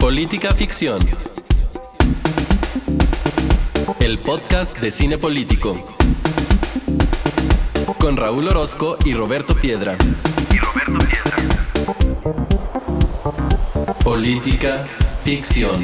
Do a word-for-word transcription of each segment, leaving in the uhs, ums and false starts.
Política Ficción, el podcast de cine político, con Raúl Orozco y Roberto Piedra. Y Roberto Piedra. Política Ficción.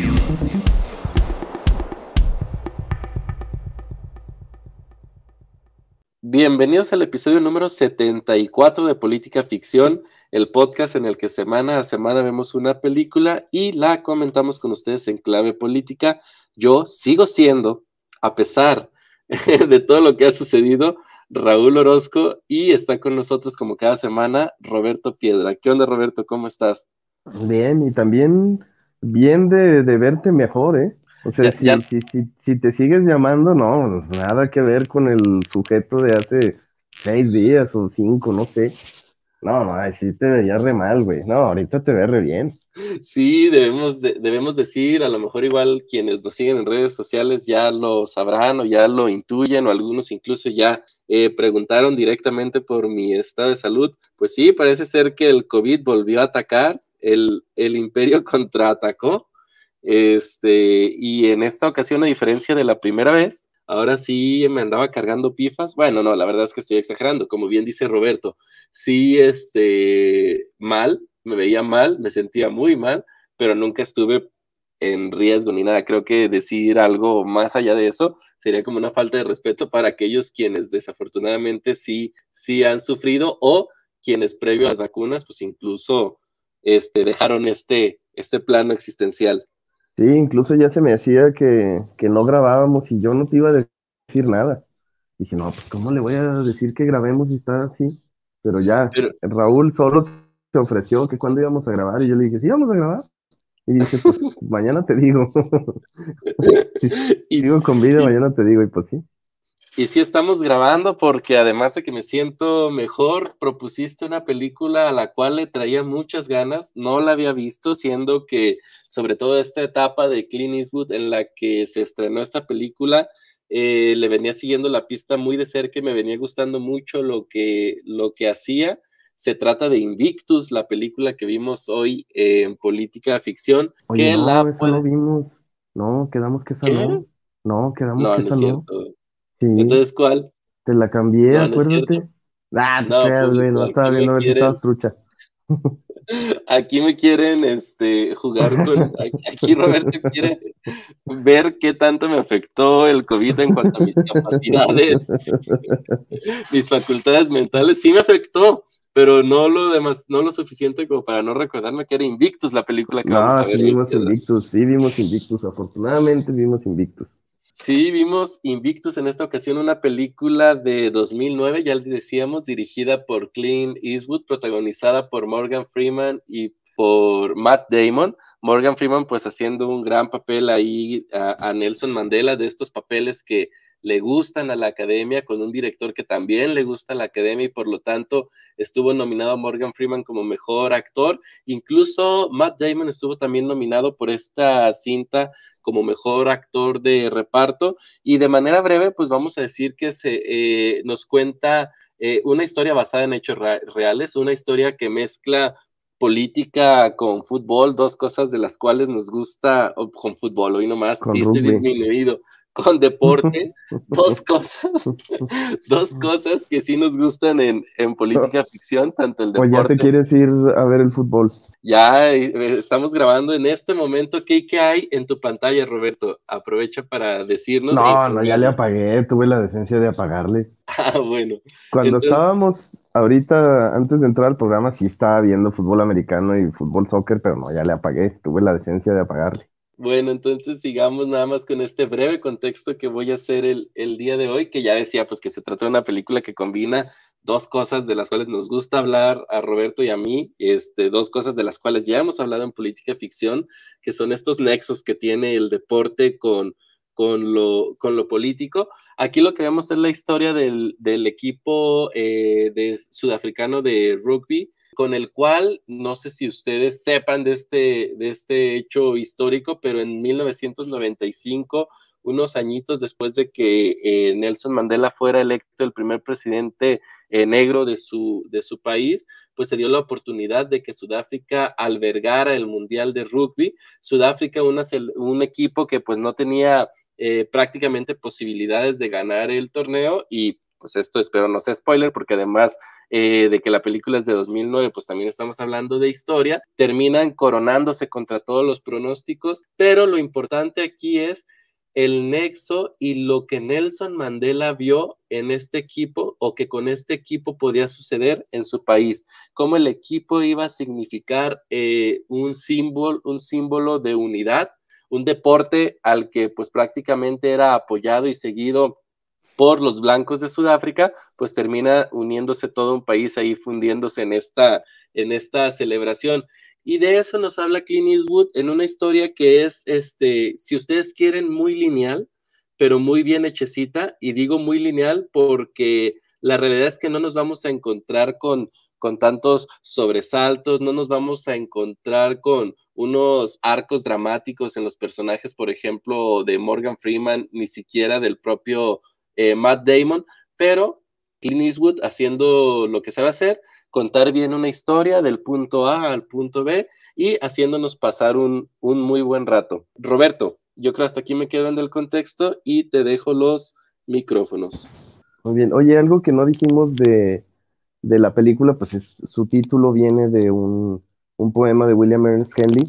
Bienvenidos al episodio número setenta y cuatro de Política Ficción, el podcast en el que semana a semana vemos una película y la comentamos con ustedes en clave política. Yo sigo siendo, a pesar de todo lo que ha sucedido, Raúl Orozco, y está con nosotros como cada semana Roberto Piedra. ¿Qué onda, Roberto? ¿Cómo estás? Bien, y también bien de, de verte mejor, ¿eh? O sea, Ya, ya, si, si, si, si te sigues llamando, no, nada que ver con el sujeto de hace seis días o cinco, no sé. No, no, ay, sí te veía re mal, güey. No, ahorita te ves re bien. sí, debemos, de- debemos decir, a lo mejor igual quienes nos siguen en redes sociales ya lo sabrán o ya lo intuyen, o algunos incluso ya eh, preguntaron directamente por mi estado de salud. Pues sí, parece ser que el COVID volvió a atacar, el, el imperio contraatacó, este, y en esta ocasión, a diferencia de la primera vez, ahora sí me andaba cargando pifas. Bueno, no, la verdad es que estoy exagerando, como bien dice Roberto, sí, este, mal, me veía mal, me sentía muy mal, pero nunca estuve en riesgo ni nada. Creo que decir algo más allá de eso sería como una falta de respeto para aquellos quienes desafortunadamente sí, sí han sufrido, o quienes previo a las vacunas, pues incluso este, dejaron este, este plano existencial. Sí, incluso ya se me hacía que, que no grabábamos y yo no te iba a decir nada. Dije, no, pues ¿cómo le voy a decir que grabemos si está así? Pero ya, Pero, Raúl solo se ofreció que cuándo íbamos a grabar y yo le dije, sí, vamos a grabar. Y dice, pues mañana te digo. Si y, sigo con vida, y, mañana te digo, y pues sí. y sí estamos grabando porque además de que me siento mejor, propusiste una película a la cual le traía muchas ganas, no la había visto, siendo que sobre todo esta etapa de Clint Eastwood en la que se estrenó esta película, eh, le venía siguiendo la pista muy de cerca y me venía gustando mucho lo que, lo que hacía. Se trata de Invictus, la película que vimos hoy eh, en Política Ficción, Oye, que la no, esa no puede... vimos. No, quedamos que esa ¿Qué? no. No, quedamos No, que no esa es no. cierto. Sí, Entonces, ¿cuál? te la cambié, No, no es cierto. acuérdate. Ah, te No, creas, pues güey, no estaba aquí me viendo a ver si estabas quieren, trucha. aquí me quieren este, jugar con, aquí Roberto quiere ver qué tanto me afectó el COVID en cuanto a mis capacidades, mis facultades mentales. Sí me afectó, pero no lo demás, no lo suficiente como para no recordarme que era Invictus la película que vamos No, a sí ver hoy, vimos ¿verdad? Invictus, sí vimos Invictus, afortunadamente vimos Invictus. Sí, vimos Invictus en esta ocasión, una película de dos mil nueve, ya le decíamos, dirigida por Clint Eastwood, protagonizada por Morgan Freeman y por Matt Damon. Morgan Freeman pues haciendo un gran papel ahí a, a Nelson Mandela, de estos papeles que le gustan a la academia, con un director que también le gusta a la academia y por lo tanto estuvo nominado a Morgan Freeman como mejor actor. Incluso Matt Damon estuvo también nominado por esta cinta como mejor actor de reparto, y de manera breve pues vamos a decir que se eh, nos cuenta eh, una historia basada en hechos reales, una historia que mezcla política con fútbol, dos cosas de las cuales nos gusta, oh, con fútbol, hoy nomás, Con sí estoy rugby. disminuido, con deporte, dos cosas, dos cosas que sí nos gustan en, en política ficción, tanto el O ya te deporte. quieres ir a ver el fútbol. Ya eh, estamos grabando en este momento. ¿Qué, qué hay en tu pantalla, Roberto? Aprovecha para decirnos e No, no, ya le informarnos. apagué, tuve la decencia de apagarle. Ah, bueno. Cuando Entonces, estábamos, ahorita, antes de entrar al programa, sí estaba viendo fútbol americano y fútbol soccer, pero no, ya le apagué, tuve la decencia de apagarle. bueno, entonces sigamos nada más con este breve contexto que voy a hacer el, el día de hoy, que ya decía pues que se trata de una película que combina dos cosas de las cuales nos gusta hablar a Roberto y a mí, este, dos cosas de las cuales ya hemos hablado en política ficción, que son estos nexos que tiene el deporte con, con, lo, con lo político. Aquí lo que vemos es la historia del, del equipo eh, de, sudafricano de rugby, con el cual, no sé si ustedes sepan de este, de este hecho histórico, pero en mil novecientos noventa y cinco, unos añitos después de que eh, Nelson Mandela fuera electo el primer presidente eh, negro de su, de su país, pues se dio la oportunidad de que Sudáfrica albergara el Mundial de Rugby. Sudáfrica, una, un equipo que pues no tenía eh, prácticamente posibilidades de ganar el torneo, y pues esto espero no sea spoiler, porque además eh, de que la película es de dos mil nueve, pues también estamos hablando de historia, terminan coronándose contra todos los pronósticos, pero lo importante aquí es el nexo y lo que Nelson Mandela vio en este equipo, o que con este equipo podía suceder en su país, cómo el equipo iba a significar eh, un símbolo, un símbolo de unidad, un deporte al que pues prácticamente era apoyado y seguido por los blancos de Sudáfrica, pues termina uniéndose todo un país ahí, fundiéndose en esta, en esta celebración. Y de eso nos habla Clint Eastwood en una historia que es, este, si ustedes quieren, muy lineal, pero muy bien hechecita, y digo muy lineal porque la realidad es que no nos vamos a encontrar con, con tantos sobresaltos, no nos vamos a encontrar con unos arcos dramáticos en los personajes, por ejemplo, de Morgan Freeman, ni siquiera del propio eh, Matt Damon, pero Clint Eastwood haciendo lo que sabe hacer, contar bien una historia del punto A al punto B y haciéndonos pasar un, un muy buen rato. Roberto, yo creo hasta aquí me quedo en el contexto y te dejo los micrófonos. Muy bien. Oye, algo que no dijimos de, de la película, pues es, su título viene de un, un poema de William Ernest Henley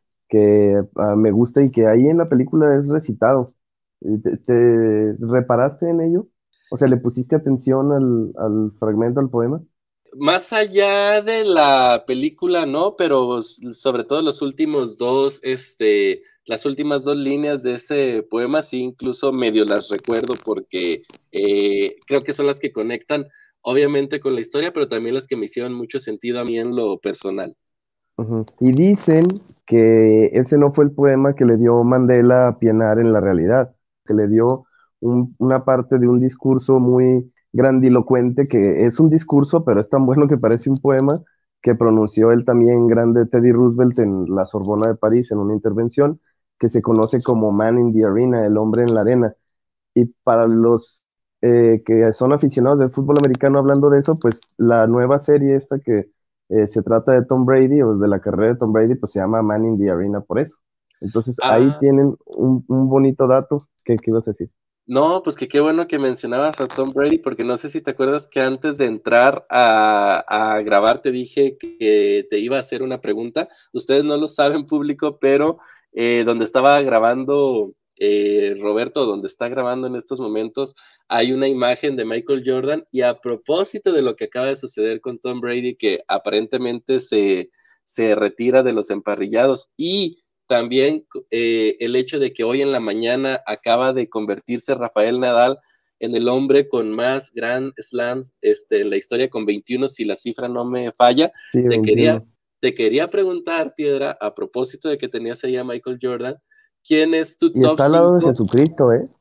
que uh, me gusta y que ahí en la película es recitado. ¿Te, te reparaste en ello? O sea, ¿le pusiste atención al, al fragmento, al poema? Más allá de la película, no, pero sobre todo los últimos dos, este, las últimas dos líneas de ese poema, sí, incluso medio las recuerdo porque eh, creo que son las que conectan, obviamente, con la historia, pero también las que me hicieron mucho sentido a mí en lo personal. Ujú. Y dicen que ese no fue el poema que le dio Mandela a Pienaar en la realidad, que le dio un- una parte de un discurso muy grandilocuente, que es un discurso, pero es tan bueno que parece un poema, que pronunció el también grande Teddy Roosevelt en la Sorbona de París en una intervención que se conoce como Man in the Arena, el hombre en la arena. Y para los eh, que son aficionados del fútbol americano hablando de eso, pues la nueva serie esta que eh, se trata de Tom Brady o de la carrera de Tom Brady, pues se llama Man in the Arena por eso. Entonces ahí Ah, tienen un, un bonito dato. ¿Qué, qué ibas a decir? no, pues que qué bueno que mencionabas a Tom Brady, porque no sé si te acuerdas que antes de entrar a, a grabar te dije que te iba a hacer una pregunta. Ustedes no lo saben, público, pero eh, donde estaba grabando eh, Roberto, donde está grabando en estos momentos, hay una imagen de Michael Jordan, y a propósito de lo que acaba de suceder con Tom Brady, que aparentemente se, se retira de los emparrillados, y también eh, el hecho de que hoy en la mañana acaba de convertirse Rafael Nadal en el hombre con más Grand Slams este, en la historia, con veintiuno, si la cifra no me falla. Sí, Te quería, veintiuno. te quería preguntar, Piedra, a propósito de que tenías ahí a Michael Jordan, ¿quién es tu Y top está al lado de cinco? Jesucristo, ¿eh?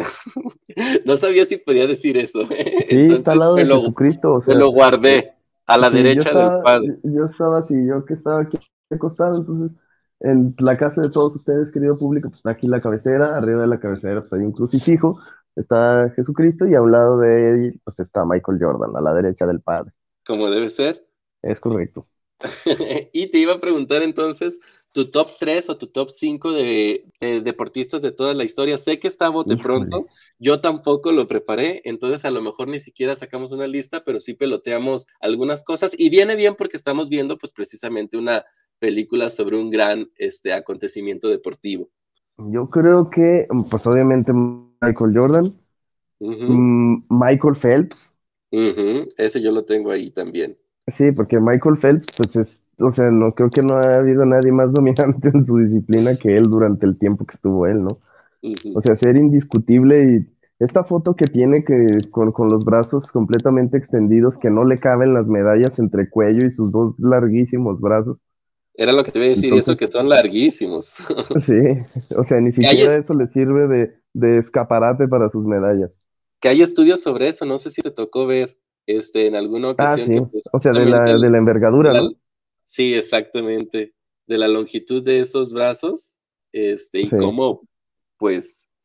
No sabía si podía decir eso, ¿eh? Sí, está al Entonces lado me de lo, Jesucristo, o me sea, lo eh, guardé a la sí, yo derecha del estaba, Padre. yo estaba así, yo que estaba aquí acostado, entonces en la casa de todos ustedes, querido público, pues está aquí la cabecera, arriba de la cabecera pues, hay un crucifijo, está Jesucristo y a un lado de él pues está Michael Jordan, a la derecha del Padre. Como debe ser. Es correcto. Y te iba a preguntar entonces tu top tres o tu top cinco de, de deportistas de toda la historia. Sé que está a bote Híjole. pronto, yo tampoco lo preparé, entonces a lo mejor ni siquiera sacamos una lista, pero sí peloteamos algunas cosas, y viene bien porque estamos viendo pues precisamente una película sobre un gran este, acontecimiento deportivo. Yo creo que, pues obviamente Michael Jordan, Ujú, mm, Michael Phelps, ujú, ese yo lo tengo ahí también. sí, porque Michael Phelps, pues es, o sea, no creo que no ha habido nadie más dominante en su disciplina que él durante el tiempo que estuvo él, ¿no? Ujú. O sea, ser indiscutible y esta foto que tiene que con, con los brazos completamente extendidos, que no le caben las medallas entre cuello y sus dos larguísimos brazos. Era lo que te iba a decir, y eso Entonces, que son larguísimos. sí, o sea, ni Que hay, siquiera eso le sirve de, de escaparate para sus medallas. que hay estudios sobre eso, no sé si te tocó ver este, en alguna Ah, ocasión sí, que pues o sea, de justamente la, de el- la envergadura, la, ¿no? sí, exactamente, de la longitud de esos brazos, este, y Sí. cómo pues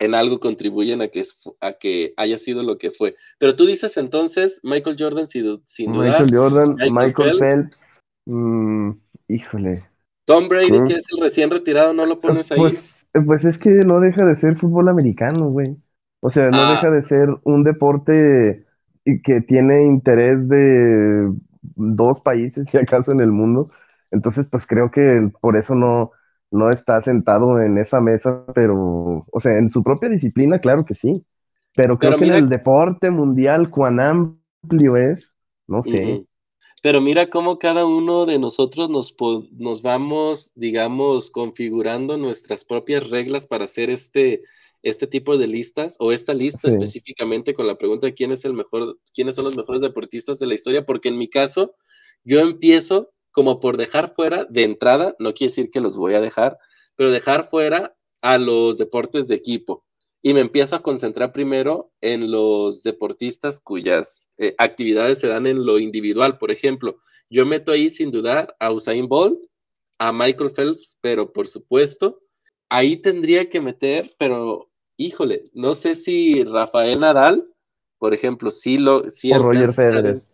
en algo contribuyen a que, a que haya sido lo que fue. Pero tú dices entonces Michael Jordan sin, sin Michael dudar, Jordan, Michael Michael Phelps, Phelps, mm, híjole, Tom Brady, creo- que es el recién retirado, ¿no lo eh, pones pues, ahí? eh, pues es que no deja de ser fútbol americano, güey. O sea, no Ah, deja de ser un deporte y que tiene interés de dos países, si acaso, en el mundo. Entonces, pues creo que por eso no, no está sentado en esa mesa, pero, o sea, en su propia disciplina, claro que sí. Pero creo pero que en mira, el deporte mundial, cuán amplio es, no sé. ujú. Pero mira cómo cada uno de nosotros nos, po- nos vamos, digamos, configurando nuestras propias reglas para hacer este, este tipo de listas, o esta lista Sí, específicamente con la pregunta de quién es el mejor, quiénes son los mejores deportistas de la historia, porque en mi caso, yo empiezo como por dejar fuera de entrada, no quiere decir que los voy a dejar, pero dejar fuera a los deportes de equipo y me empiezo a concentrar primero en los deportistas cuyas eh, actividades se dan en lo individual. Por ejemplo, yo meto ahí sin dudar a Usain Bolt, a Michael Phelps, pero por supuesto, ahí tendría que meter, pero híjole, no sé si Rafael Nadal, por ejemplo, sí, lo, sí o Roger alcanza a estar Federer, en...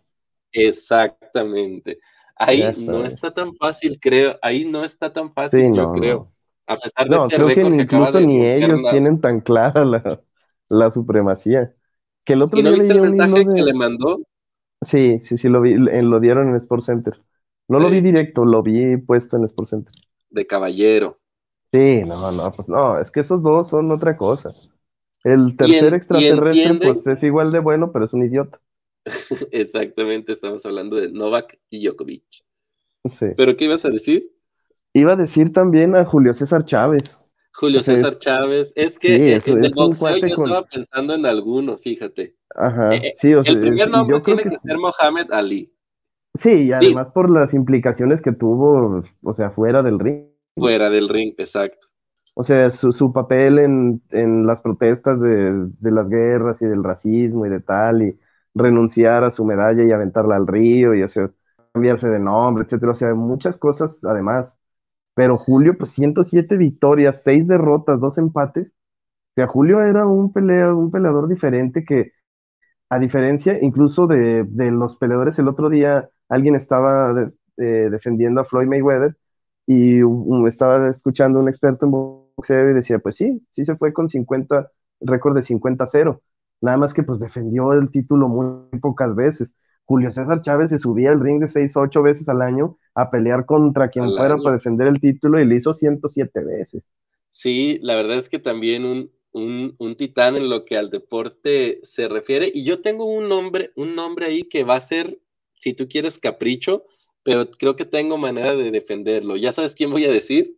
Exactamente. ya Ahí no sabes. está tan fácil, creo. Ahí no está tan Sí, fácil, yo no, creo. no. A pesar de No, este creo que récord ni que acaba incluso de ni romper ellos Nadal. tienen tan clara la, la supremacía. Que el otro ¿Y no día viste leí el un hilo mensaje que le de... mandó? Sí, sí, sí, lo vi, en- lo dieron en Sports Center. No lo vi Ey, directo, lo vi puesto en Sports Center. de caballero. Sí, no, no, pues no, es que esos dos son otra cosa. El Y, tercer en, y extraterrestre, entienden, pues es igual de bueno, pero es un idiota. exactamente, estamos hablando de Novak y Djokovic. Sí. ¿Pero qué ibas a decir? Iba a decir también a Julio César Chávez. O Julio sea, es, César Chávez. Es que sí, eh, eso eh, del es un boxeo cuate yo con... estaba pensando en alguno, fíjate. Eh, Ajá, eh, sí, o sea, el es- primer y nombre yo creo tiene que que ser Mohamed Ali. sí, y Digo, además por las implicaciones que tuvo, o sea, fuera del ring. fuera del ring, exacto. O sea, su, su papel en, en las protestas de, de las guerras y del racismo y de tal, y renunciar a su medalla y aventarla al río, y o sea, cambiarse de nombre, etcétera. O sea, muchas cosas además. Pero Julio, pues ciento siete victorias, seis derrotas, dos empates. O sea, Julio era un pelea, un peleador diferente que, a diferencia incluso de, de los peleadores, el otro día alguien estaba de- eh, defendiendo a Floyd Mayweather y um, estaba escuchando un experto en boxeo y decía, pues sí, sí se fue con cincuenta récord de cincuenta cero. Nada más que pues defendió el título muy pocas veces. Julio César Chávez se subía al ring de seis o ocho veces al año a pelear contra quien Al fuera para año. defender el título y le hizo ciento siete veces. Sí, la verdad es que también un, un, un titán en lo que al deporte se refiere. Y yo tengo un nombre, un nombre ahí que va a ser, si tú quieres, capricho, pero creo que tengo manera de defenderlo. ¿Ya sabes quién voy a decir?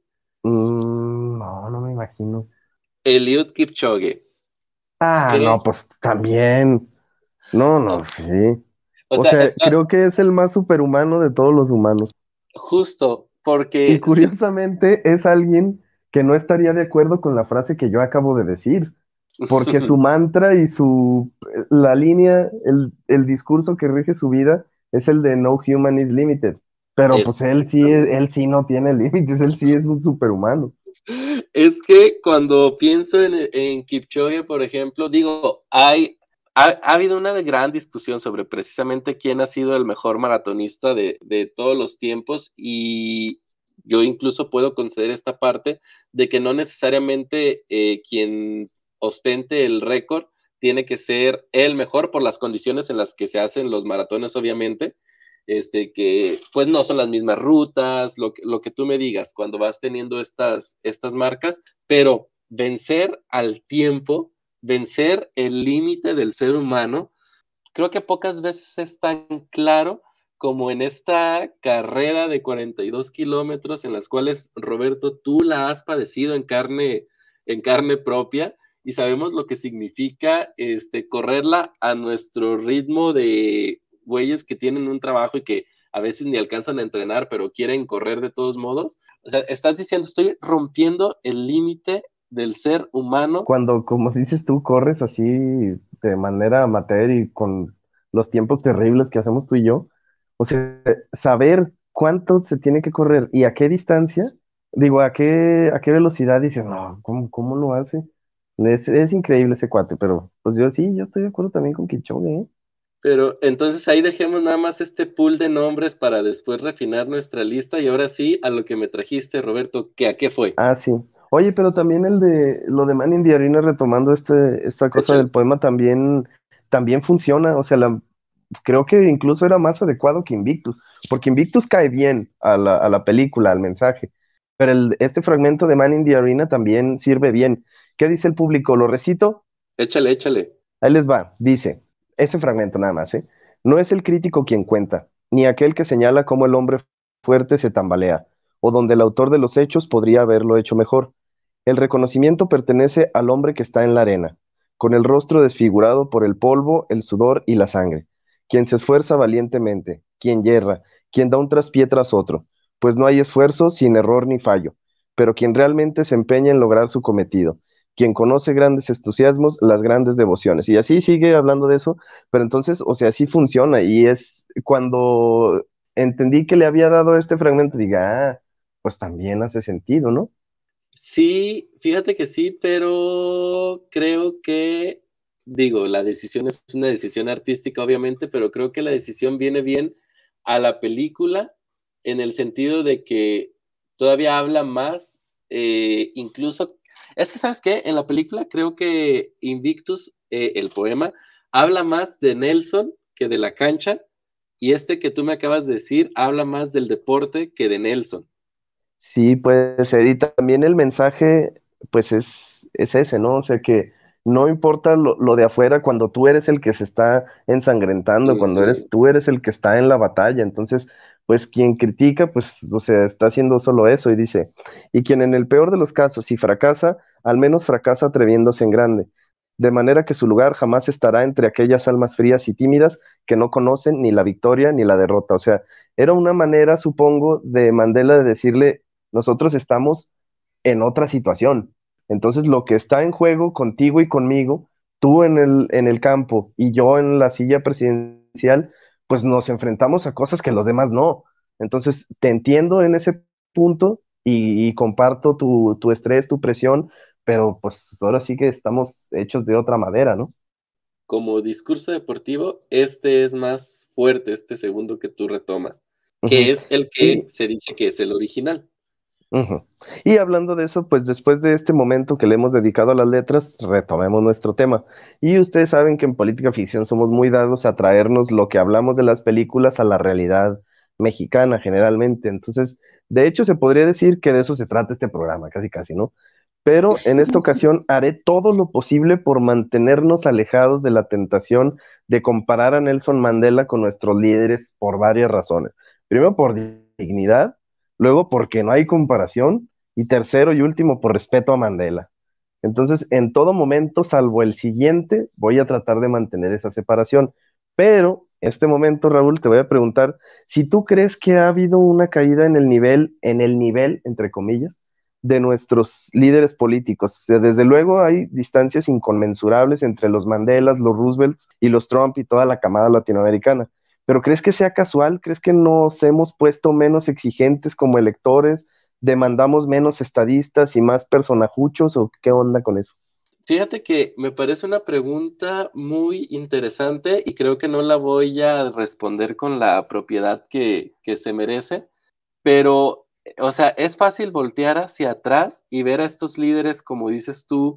Mm, no, no me imagino. Eliud Kipchoge. Ah, ¿Qué? no, pues también. No, no, sí. O O sea, sea, está creo que es el más superhumano de todos los humanos. justo Y porque sí, curiosamente es alguien que no estaría de acuerdo con la frase que yo acabo de decir, porque su mantra y su, la línea, el, el discurso que rige su vida es el de No Human is Limited. Pero pues él sí, exactamente. él sí no tiene límites, él sí es un superhumano. Es que cuando pienso en, en Kipchoge, por ejemplo, digo, hay, ha, ha, habido una gran discusión sobre precisamente quién ha sido el mejor maratonista de, de todos los tiempos y yo incluso puedo conceder esta parte de que no necesariamente eh, quien ostente el récord tiene que ser el mejor por las condiciones en las que se hacen los maratones, obviamente, este, que pues no son las mismas rutas, lo que, lo que tú me digas cuando vas teniendo estas, estas marcas, pero vencer al tiempo, vencer el límite del ser humano, creo que pocas veces es tan claro como en esta carrera de cuarenta y dos kilómetros en las cuales, Roberto, tú la has padecido en carne, en carne propia y sabemos lo que significa este, correrla a nuestro ritmo de güeyes que tienen un trabajo y que a veces ni alcanzan a entrenar, pero quieren correr de todos modos. O sea, estás diciendo, estoy rompiendo el límite del ser humano. Cuando, como dices tú, corres así de manera amateur y con los tiempos terribles que hacemos tú y yo, o sea, saber cuánto se tiene que correr y a qué distancia, digo, a qué, a qué velocidad, dices, no, ¿cómo, cómo lo hace? Es, es increíble ese cuate, pero pues yo sí, yo estoy de acuerdo también con Kipchoge, ¿eh? Pero entonces ahí dejemos nada más este pool de nombres para después refinar nuestra lista y ahora sí a lo que me trajiste, Roberto, ¿que a qué fue? Ah, sí. Oye, pero también el de lo de Man in the Arena, retomando este, esta cosa Échale. del poema, también, también funciona. O sea, la, creo que incluso era más adecuado que Invictus, porque Invictus cae bien a la, a la película, al mensaje. Pero el- este fragmento de Man in the Arena también sirve bien. ¿Qué dice el público? ¿Lo recito? Échale, échale. Ahí les va. Dice, ese fragmento nada más, ¿eh? No es el crítico quien cuenta, ni aquel que señala cómo el hombre fuerte se tambalea, o donde el autor de los hechos podría haberlo hecho mejor. El reconocimiento pertenece al hombre que está en la arena, con el rostro desfigurado por el polvo, el sudor y la sangre, quien se esfuerza valientemente, quien yerra, quien da un traspié tras otro, pues no hay esfuerzo sin error ni fallo, pero quien realmente se empeña en lograr su cometido, quien conoce grandes entusiasmos, las grandes devociones. Y así sigue hablando de eso, pero entonces, o sea, así funciona. Y es cuando entendí que le había dado este fragmento, diga, ah, pues también hace sentido, ¿no? Sí, fíjate que sí, pero creo que, digo, la decisión es una decisión artística, obviamente, pero creo que la decisión viene bien a la película en el sentido de que todavía habla más, eh, incluso, es que, ¿sabes qué? En la película creo que Invictus, eh, el poema, habla más de Nelson que de la cancha, y este que tú me acabas de decir habla más del deporte que de Nelson. Sí, puede ser. Y también el mensaje, pues es, es ese, ¿no? O sea que no importa lo, lo de afuera cuando tú eres el que se está ensangrentando, cuando eres Ujú. tú eres el que está en la batalla. Entonces, pues quien critica, pues, o sea, está haciendo solo eso y dice, y quien en el peor de los casos, si fracasa, al menos fracasa atreviéndose en grande. De manera que su lugar jamás estará entre aquellas almas frías y tímidas que no conocen ni la victoria ni la derrota. O sea, era una manera, supongo, de Mandela de decirle, nosotros estamos en otra situación. Entonces, lo que está en juego contigo y conmigo, tú en el, en el campo y yo en la silla presidencial, pues nos enfrentamos a cosas que los demás no. Entonces, te entiendo en ese punto y, y comparto tu, tu estrés, tu presión, pero pues ahora sí que estamos hechos de otra madera, ¿no? Como discurso deportivo, este es más fuerte, este segundo que tú retomas, que Ujú. es el que Y, se dice que es el original. ujú. Y hablando de eso, pues después de este momento que le hemos dedicado a las letras, retomemos nuestro tema. Y ustedes saben que en política ficción somos muy dados a traernos lo que hablamos de las películas a la realidad mexicana generalmente. Entonces, de hecho, se podría decir que de eso se trata este programa, casi casi, ¿no? Pero en esta ocasión haré todo lo posible por mantenernos alejados de la tentación de comparar a Nelson Mandela con nuestros líderes por varias razones. Primero, por dignidad, luego porque no hay comparación y tercero y último por respeto a Mandela. Entonces, en todo momento, salvo el siguiente, voy a tratar de mantener esa separación. Pero, en este momento, Raúl, te voy a preguntar si tú crees que ha habido una caída en el nivel, en el nivel, entre comillas, de nuestros líderes políticos. O sea, desde luego hay distancias inconmensurables entre los Mandelas, los Roosevelts y los Trump y toda la camada latinoamericana. Pero ¿crees que sea casual? ¿Crees que nos hemos puesto menos exigentes como electores? ¿Demandamos menos estadistas y más personajuchos? ¿O qué onda con eso? Fíjate que me parece una pregunta muy interesante y creo que no la voy a responder con la propiedad que, que se merece, pero, o sea, es fácil voltear hacia atrás y ver a estos líderes, como dices tú,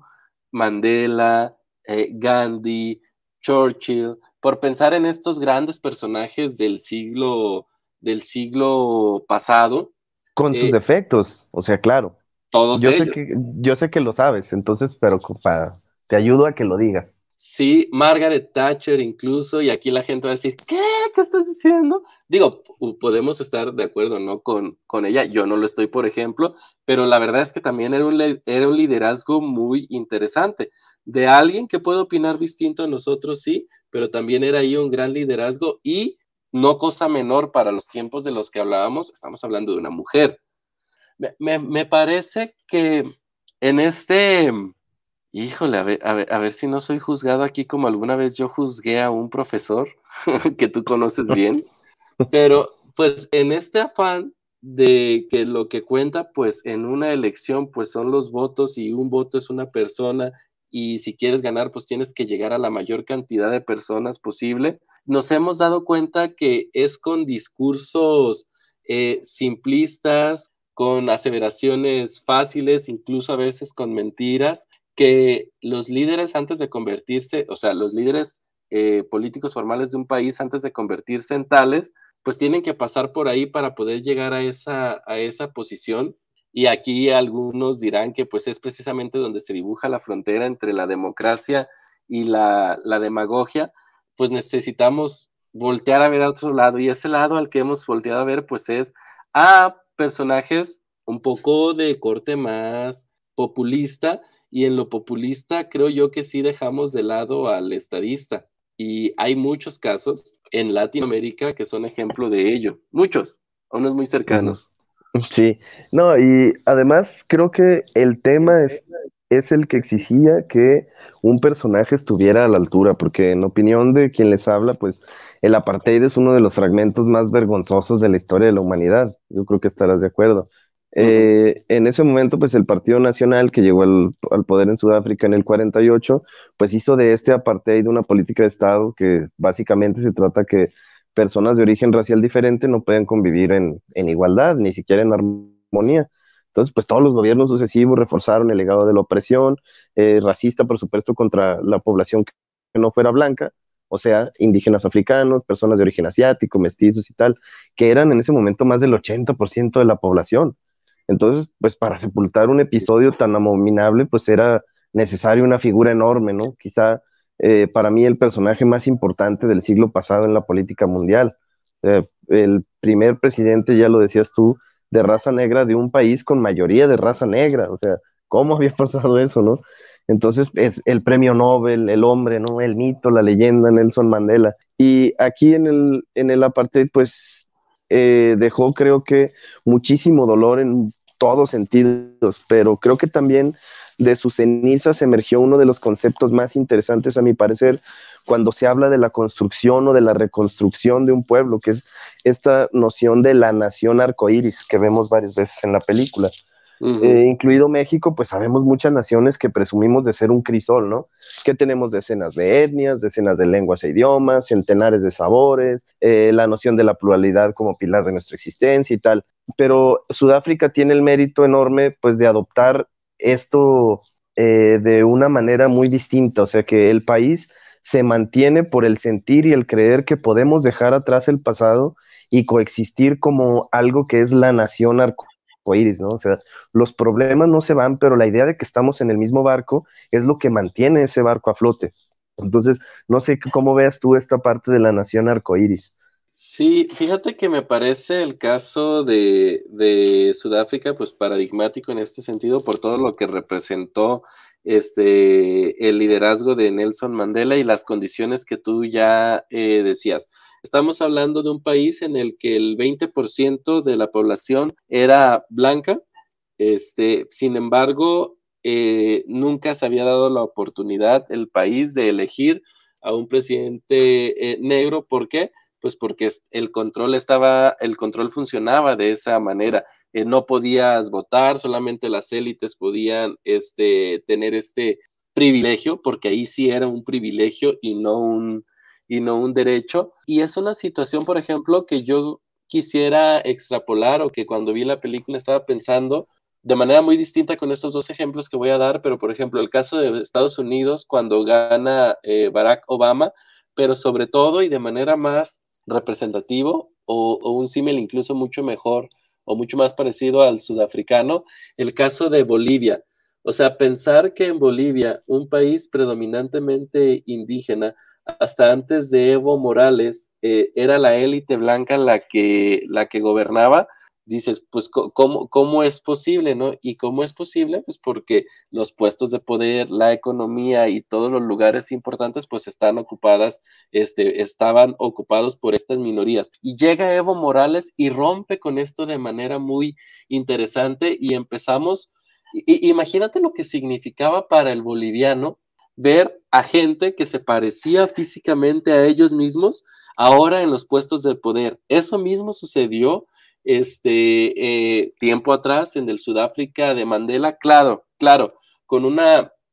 Mandela, eh, Gandhi, Churchill, por pensar en estos grandes personajes del siglo, del siglo pasado, Con sus eh, defectos, o sea, claro. todos Yo sé ellos. que, yo sé que lo sabes, entonces, pero co- pa- te ayudo a que lo digas. Sí, Margaret Thatcher incluso, y aquí la gente va a decir, ¿qué? ¿Qué estás diciendo? Digo, p- podemos estar de acuerdo, ¿no? Con, con ella, yo no lo estoy, por ejemplo, pero la verdad es que también era un, le- era un liderazgo muy interesante, de alguien que puede opinar distinto a nosotros, sí, pero también era ahí un gran liderazgo y no cosa menor para los tiempos de los que hablábamos, estamos hablando de una mujer. Me, me, me parece que en este... Híjole, a ver, a ver, a ver si no soy juzgado aquí como alguna vez yo juzgué a un profesor que tú conoces bien, pero pues en este afán de que lo que cuenta pues en una elección pues son los votos y un voto es una persona y si quieres ganar, pues tienes que llegar a la mayor cantidad de personas posible. Nos hemos dado cuenta que es con discursos eh, simplistas, con aseveraciones fáciles, incluso a veces con mentiras, que los líderes antes de convertirse, o sea, los líderes eh, políticos formales de un país antes de convertirse en tales, pues tienen que pasar por ahí para poder llegar a esa, a esa posición. Y aquí algunos dirán que pues es precisamente donde se dibuja la frontera entre la democracia y la, la demagogia. Pues necesitamos voltear a ver a otro lado, y ese lado al que hemos volteado a ver pues es a personajes un poco de corte más populista, y en lo populista creo yo que sí dejamos de lado al estadista, y hay muchos casos en Latinoamérica que son ejemplo de ello, muchos, unos muy Ujú. cercanos. Sí, no, y además creo que el tema es, es el que exigía que un personaje estuviera a la altura, porque en opinión de quien les habla, pues el apartheid es uno de los fragmentos más vergonzosos de la historia de la humanidad. Yo creo que estarás de acuerdo. Ujú. Eh, en ese momento, pues el Partido Nacional, que llegó al, al poder en Sudáfrica en el cuarenta y ocho, pues hizo de este apartheid una política de Estado que básicamente se trata que personas de origen racial diferente no pueden convivir en, en igualdad, ni siquiera en armonía. Entonces, pues todos los gobiernos sucesivos reforzaron el legado de la opresión eh, racista, por supuesto, contra la población que no fuera blanca, o sea, indígenas africanos, personas de origen asiático, mestizos y tal, que eran en ese momento más del ochenta por ciento de la población. Entonces, pues para sepultar un episodio tan abominable, pues era necesaria una figura enorme, ¿no? Quizá eh, para mí el personaje más importante del siglo pasado en la política mundial. Eh, el primer presidente, ya lo decías tú, de raza negra de un país con mayoría de raza negra. O sea, ¿cómo había pasado eso, no? Entonces es el premio Nobel, el hombre, ¿no? El mito, la leyenda, Nelson Mandela. Y aquí en el, en el apartheid, pues eh, dejó, creo que, muchísimo dolor en todos sentidos, pero creo que también de sus cenizas emergió uno de los conceptos más interesantes, a mi parecer, cuando se habla de la construcción o de la reconstrucción de un pueblo, que es esta noción de la nación arcoíris que vemos varias veces en la película. Eh, Ujú. incluido México, pues sabemos muchas naciones que presumimos de ser un crisol, ¿no? Que tenemos decenas de etnias, decenas de lenguas e idiomas, centenares de sabores, eh, la noción de la pluralidad como pilar de nuestra existencia y tal. Pero Sudáfrica tiene el mérito enorme, pues, de adoptar esto eh, de una manera muy distinta, o sea que el país se mantiene por el sentir y el creer que podemos dejar atrás el pasado y coexistir como algo que es la nación arcoíris, ¿no? O sea, los problemas no se van, pero la idea de que estamos en el mismo barco es lo que mantiene ese barco a flote. Entonces, no sé cómo veas tú esta parte de la nación arcoíris. Sí, fíjate que me parece el caso de, de Sudáfrica, pues paradigmático en este sentido por todo lo que representó este, el liderazgo de Nelson Mandela y las condiciones que tú ya eh, decías. Estamos hablando de un país en el que el veinte por ciento de la población era blanca, este, sin embargo, eh, nunca se había dado la oportunidad el país de elegir a un presidente eh, negro. ¿Por qué? Pues porque el control estaba, el control funcionaba de esa manera. Eh, no podías votar, solamente las élites podían este, tener este privilegio, porque ahí sí era un privilegio y no un, y no un derecho. Y es una situación, por ejemplo, que yo quisiera extrapolar, o que cuando vi la película estaba pensando de manera muy distinta con estos dos ejemplos que voy a dar, pero por ejemplo el caso de Estados Unidos cuando gana eh, Barack Obama, pero sobre todo y de manera más representativo, o, o un símil incluso mucho mejor o mucho más parecido al sudafricano, el caso de Bolivia. O sea, pensar que en Bolivia, un país predominantemente indígena, hasta antes de Evo Morales, eh, era la élite blanca la que, la que gobernaba. Dices, pues, ¿cómo, ¿cómo es posible, no? ¿Y cómo es posible? Pues porque los puestos de poder, la economía y todos los lugares importantes, pues están ocupadas, este, estaban ocupados por estas minorías. Y llega Evo Morales y rompe con esto de manera muy interesante, y empezamos, y, imagínate lo que significaba para el boliviano ver a gente que se parecía físicamente a ellos mismos ahora en los puestos de poder. Eso mismo sucedió este, eh, tiempo atrás en el Sudáfrica de Mandela, claro, claro, con una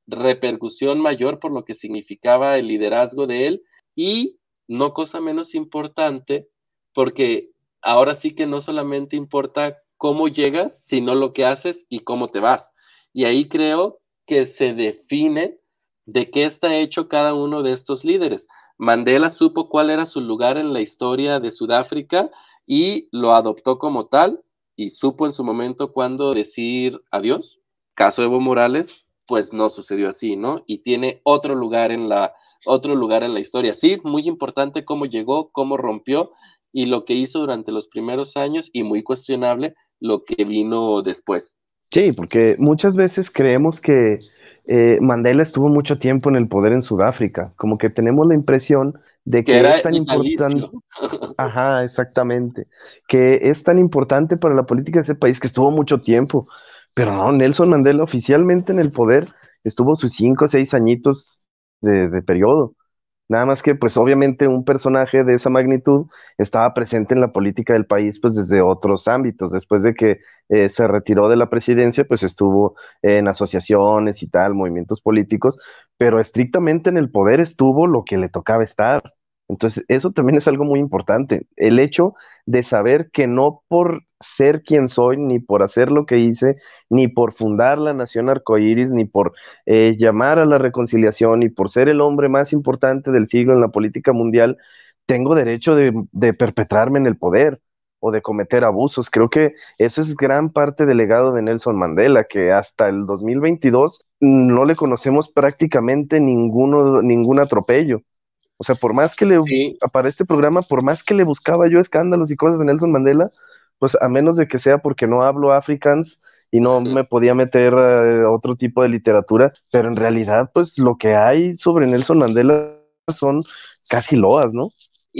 repercusión mayor por lo que significaba el liderazgo de él y, no cosa menos importante, porque ahora sí que no solamente importa cómo llegas, sino lo que haces y cómo te vas. Y ahí creo que se define de qué está hecho cada uno de estos líderes. Mandela supo cuál era su lugar en la historia de Sudáfrica y lo adoptó como tal y supo en su momento cuándo decir adiós. Caso Evo Morales, pues no sucedió así, ¿no? Y tiene otro lugar en la, otro lugar en la historia. Sí, muy importante cómo llegó, cómo rompió y lo que hizo durante los primeros años y muy cuestionable lo que vino después. Sí, porque muchas veces creemos que eh, Mandela estuvo mucho tiempo en el poder en Sudáfrica, como que tenemos la impresión de Que que era es tan importante, vitalicio. ajá, exactamente, que es tan importante para la política de ese país que estuvo mucho tiempo, pero no, Nelson Mandela oficialmente en el poder estuvo sus cinco o seis añitos de, de periodo. Nada más que, pues obviamente un personaje de esa magnitud estaba presente en la política del país, pues desde otros ámbitos. Después de que eh, se retiró de la presidencia, pues estuvo en asociaciones y tal, movimientos políticos, pero estrictamente en el poder estuvo lo que le tocaba estar. Entonces, eso también es algo muy importante. El hecho de saber que no por ser quien soy, ni por hacer lo que hice, ni por fundar la Nación Arcoíris, ni por eh, llamar a la reconciliación y por ser el hombre más importante del siglo en la política mundial, tengo derecho de, de perpetrarme en el poder o de cometer abusos. Creo que eso es gran parte del legado de Nelson Mandela, que hasta el dos mil veintidós no le conocemos prácticamente ninguno, ningún atropello. O sea, por más que le, Sí, para este programa, por más que le buscaba yo escándalos y cosas de Nelson Mandela, pues a menos de que sea porque no hablo afrikaans y no me podía meter a otro tipo de literatura, pero en realidad, pues lo que hay sobre Nelson Mandela son casi loas, ¿no?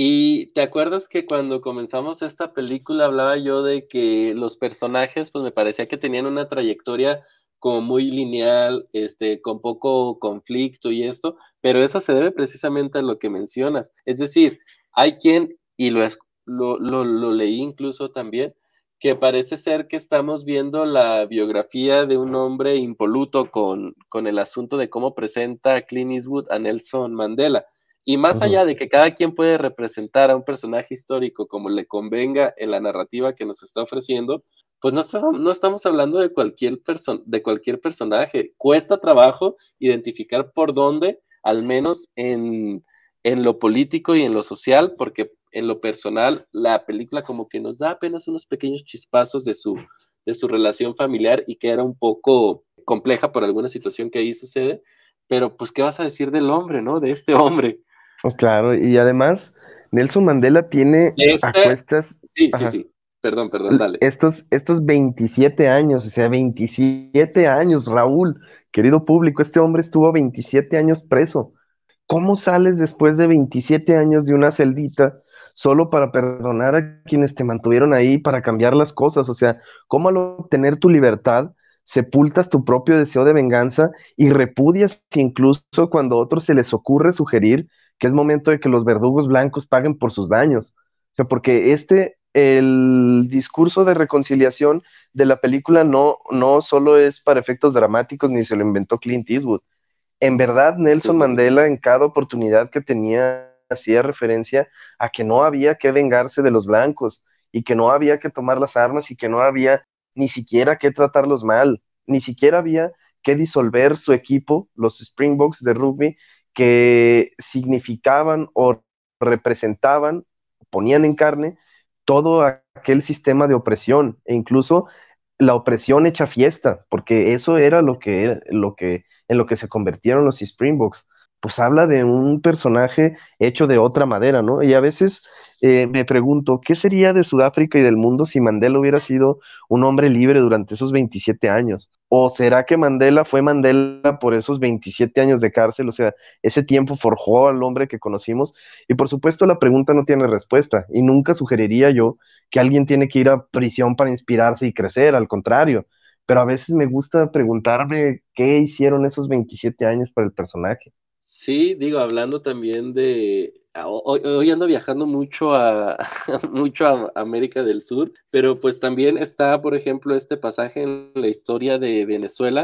y te acuerdas que cuando comenzamos esta película hablaba yo de que los personajes, pues me parecía que tenían una trayectoria como muy lineal, este, con poco conflicto y esto, pero eso se debe precisamente a lo que mencionas. Es decir, hay quien, y lo, es- lo, lo, lo leí incluso también, que parece ser que estamos viendo la biografía de un hombre impoluto con, con el asunto de cómo presenta Clint Eastwood a Nelson Mandela. Y más Ujú. allá de que cada quien puede representar a un personaje histórico como le convenga en la narrativa que nos está ofreciendo, pues no, está- no estamos hablando de cualquier, perso- de cualquier personaje. Cuesta trabajo identificar por dónde, al menos en, en lo político y en lo social, porque en lo personal la película como que nos da apenas unos pequeños chispazos de su, de su relación familiar y que era un poco compleja por alguna situación que ahí sucede. Pero pues, ¿qué vas a decir del hombre, no? De este hombre. Oh, claro, y además Nelson Mandela tiene a Este, cuestas, sí, sí, ajá, sí. Perdón, perdón, dale. estos, estos veintisiete años, o sea, veintisiete años, Raúl, querido público, este hombre estuvo veintisiete años preso. ¿Cómo sales después de veintisiete años de una celdita solo para perdonar a quienes te mantuvieron ahí, para cambiar las cosas? O sea, ¿cómo al obtener tu libertad sepultas tu propio deseo de venganza y repudias incluso cuando a otros se les ocurre sugerir que es momento de que los verdugos blancos paguen por sus daños? O sea, porque este, el discurso de reconciliación de la película no, no solo es para efectos dramáticos ni se lo inventó Clint Eastwood. En verdad, Nelson Mandela en cada oportunidad que tenía hacía referencia a que no había que vengarse de los blancos y que no había que tomar las armas y que no había ni siquiera que tratarlos mal, ni siquiera había que disolver su equipo, los Springboks de rugby, que significaban o representaban, ponían en carne todo aquel sistema de opresión e incluso la opresión hecha fiesta, porque eso era lo que, era, lo que en lo que se convirtieron los Springboks, pues habla de un personaje hecho de otra madera, ¿no? Y a veces eh, me pregunto, ¿qué sería de Sudáfrica y del mundo si Mandela hubiera sido un hombre libre durante esos veintisiete años? ¿O será que Mandela fue Mandela por esos veintisiete años de cárcel? O sea, ese tiempo forjó al hombre que conocimos. Y por supuesto la pregunta no tiene respuesta y nunca sugeriría yo que alguien tiene que ir a prisión para inspirarse y crecer, al contrario, pero a veces me gusta preguntarme qué hicieron esos veintisiete años para el personaje. Sí, digo, hablando también de, a- hoy, hoy ando viajando mucho a, mucho a América del Sur, pero pues también está, por ejemplo, este pasaje en la historia de Venezuela,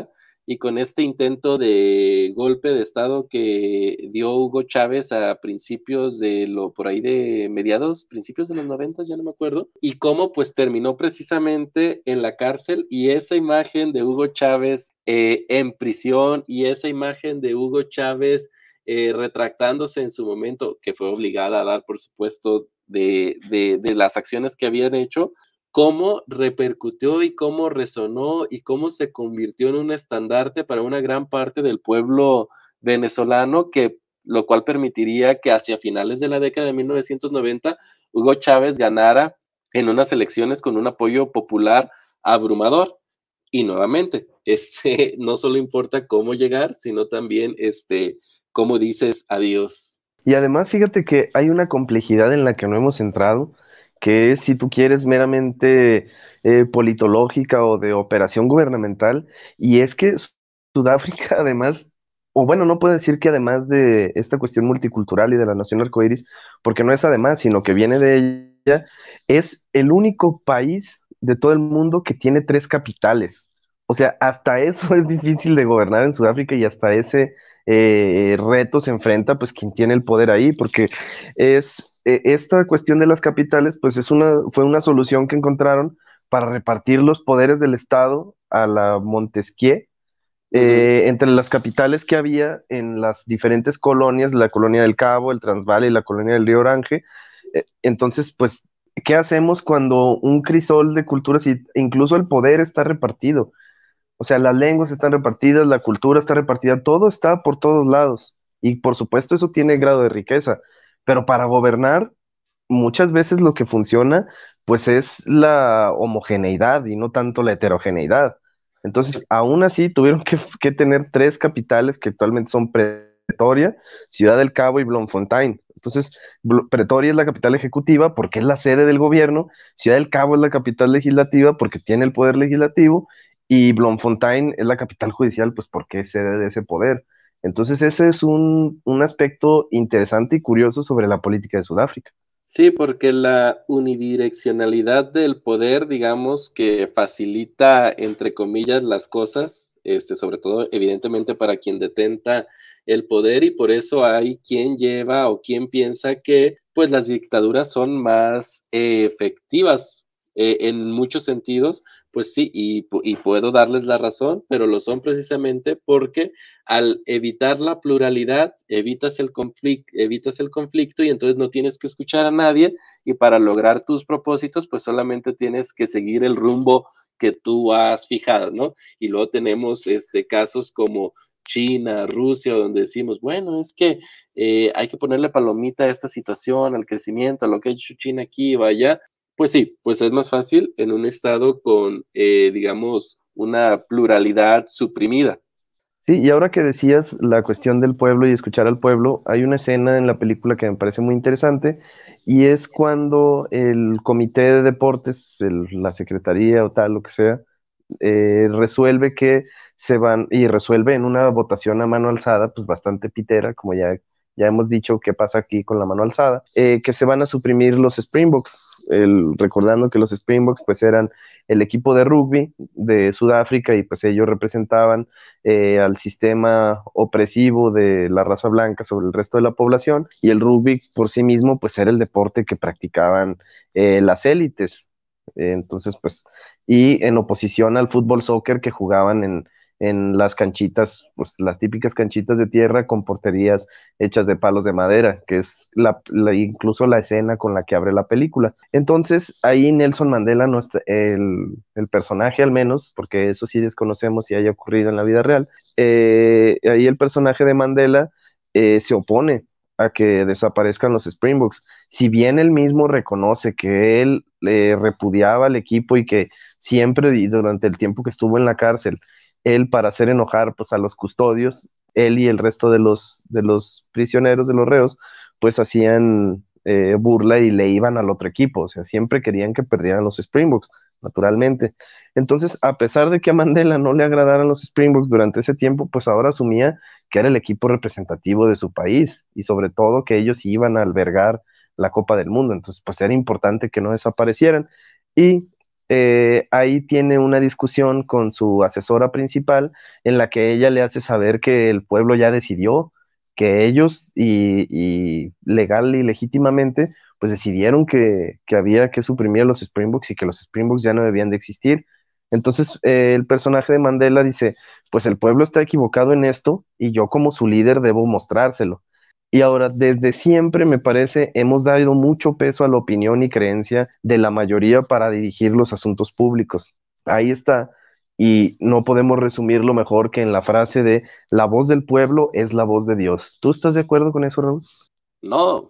y con este intento de golpe de Estado que dio Hugo Chávez a principios de lo, por ahí de mediados, principios de los noventas, ya no me acuerdo, y cómo pues terminó precisamente en la cárcel, y esa imagen de Hugo Chávez eh, en prisión, y esa imagen de Hugo Chávez eh, retractándose en su momento, que fue obligada a dar, por supuesto, de, de, de las acciones que habían hecho, cómo repercutió y cómo resonó y cómo se convirtió en un estandarte para una gran parte del pueblo venezolano, que lo cual permitiría que hacia finales de la década de mil novecientos noventa Hugo Chávez ganara en unas elecciones con un apoyo popular abrumador. Y nuevamente, este, no solo importa cómo llegar, sino también este, cómo dices adiós. Y además, fíjate que hay una complejidad en la que no hemos entrado, que es, si tú quieres, meramente eh, politológica o de operación gubernamental, y es que Sudáfrica, además, o bueno, no puedo decir que además de esta cuestión multicultural y de la nación arcoíris, porque no es además, sino que viene de ella, es el único país de todo el mundo que tiene tres capitales. O sea, hasta eso es difícil de gobernar en Sudáfrica, y hasta ese eh, reto se enfrenta pues quien tiene el poder ahí, porque es eh, esta cuestión de las capitales pues es una, fue una solución que encontraron para repartir los poderes del Estado a la Montesquieu, Uh -huh. eh, entre las capitales que había en las diferentes colonias, la colonia del Cabo, el Transvaal y la colonia del Río Orange. Eh, entonces, pues, ¿qué hacemos cuando un crisol de culturas y incluso el poder está repartido? O sea, las lenguas están repartidas, la cultura está repartida, todo está por todos lados. Y por supuesto eso tiene grado de riqueza. Pero para gobernar, muchas veces lo que funciona, pues es la homogeneidad y no tanto la heterogeneidad. Entonces, aún así, tuvieron que, que tener tres capitales que actualmente son Pretoria, Ciudad del Cabo y Bloemfontein. Entonces, Pretoria es la capital ejecutiva porque es la sede del gobierno, Ciudad del Cabo es la capital legislativa porque tiene el poder legislativo, y Bloemfontein es la capital judicial, pues porque es sede de ese poder. Entonces, ese es un, un aspecto interesante y curioso sobre la política de Sudáfrica. Sí, porque la unidireccionalidad del poder, digamos, que facilita, entre comillas, las cosas, este, sobre todo, evidentemente, para quien detenta el poder, y por eso hay quien lleva o quien piensa que, pues, las dictaduras son más eh, efectivas eh, en muchos sentidos, pues sí, y, y puedo darles la razón, pero lo son precisamente porque al evitar la pluralidad, evitas el conflicto, evitas el conflicto y entonces no tienes que escuchar a nadie, y para lograr tus propósitos, pues solamente tienes que seguir el rumbo que tú has fijado, ¿no? Y luego tenemos este, casos como China, Rusia, donde decimos, bueno, es que eh, hay que ponerle palomita a esta situación, al crecimiento, a lo que ha hecho China aquí y vaya. Pues sí, pues es más fácil en un estado con, eh, digamos, una pluralidad suprimida. Sí, y ahora que decías la cuestión del pueblo y escuchar al pueblo, hay una escena en la película que me parece muy interesante, y es cuando el comité de deportes, el- la secretaría o tal, lo que sea, eh, resuelve que se van, y resuelve en una votación a mano alzada, pues bastante pitera, como ya, ya hemos dicho qué pasa aquí con la mano alzada, eh, que se van a suprimir los Springboks, el- recordando que los Springboks pues eran el equipo de rugby de Sudáfrica, y pues ellos representaban eh, al sistema opresivo de la raza blanca sobre el resto de la población, y el rugby por sí mismo pues era el deporte que practicaban eh, las élites. Eh, entonces, pues, y en oposición al fútbol soccer que jugaban en, en las canchitas, pues las típicas canchitas de tierra con porterías hechas de palos de madera, que es la, la- incluso la escena con la que abre la película. Entonces, ahí Nelson Mandela, no está, el, el personaje al menos, porque eso sí desconocemos si haya ocurrido en la vida real, eh, ahí el personaje de Mandela eh, se opone a que desaparezcan los Springboks. Si bien él mismo reconoce que él eh, repudiaba al equipo y que siempre y durante el tiempo que estuvo en la cárcel, él para hacer enojar pues a los custodios, él y el resto de los, de los prisioneros, de los reos, pues hacían eh, burla y le iban al otro equipo, o sea, siempre querían que perdieran los Springboks, naturalmente. Entonces, a pesar de que a Mandela no le agradaran los Springboks durante ese tiempo, pues ahora asumía que era el equipo representativo de su país, y sobre todo que ellos iban a albergar la Copa del Mundo, entonces pues era importante que no desaparecieran. Y eh, ahí tiene una discusión con su asesora principal en la que ella le hace saber que el pueblo ya decidió, que ellos y, y legal y legítimamente pues decidieron que, que había que suprimir a los Springboks y que los Springboks ya no debían de existir. Entonces eh, el personaje de Mandela dice, pues el pueblo está equivocado en esto y yo como su líder debo mostrárselo. Y ahora, desde siempre, me parece, hemos dado mucho peso a la opinión y creencia de la mayoría para dirigir los asuntos públicos. Ahí está. Y no podemos resumirlo mejor que en la frase de la voz del pueblo es la voz de Dios. ¿Tú estás de acuerdo con eso, Raúl? No.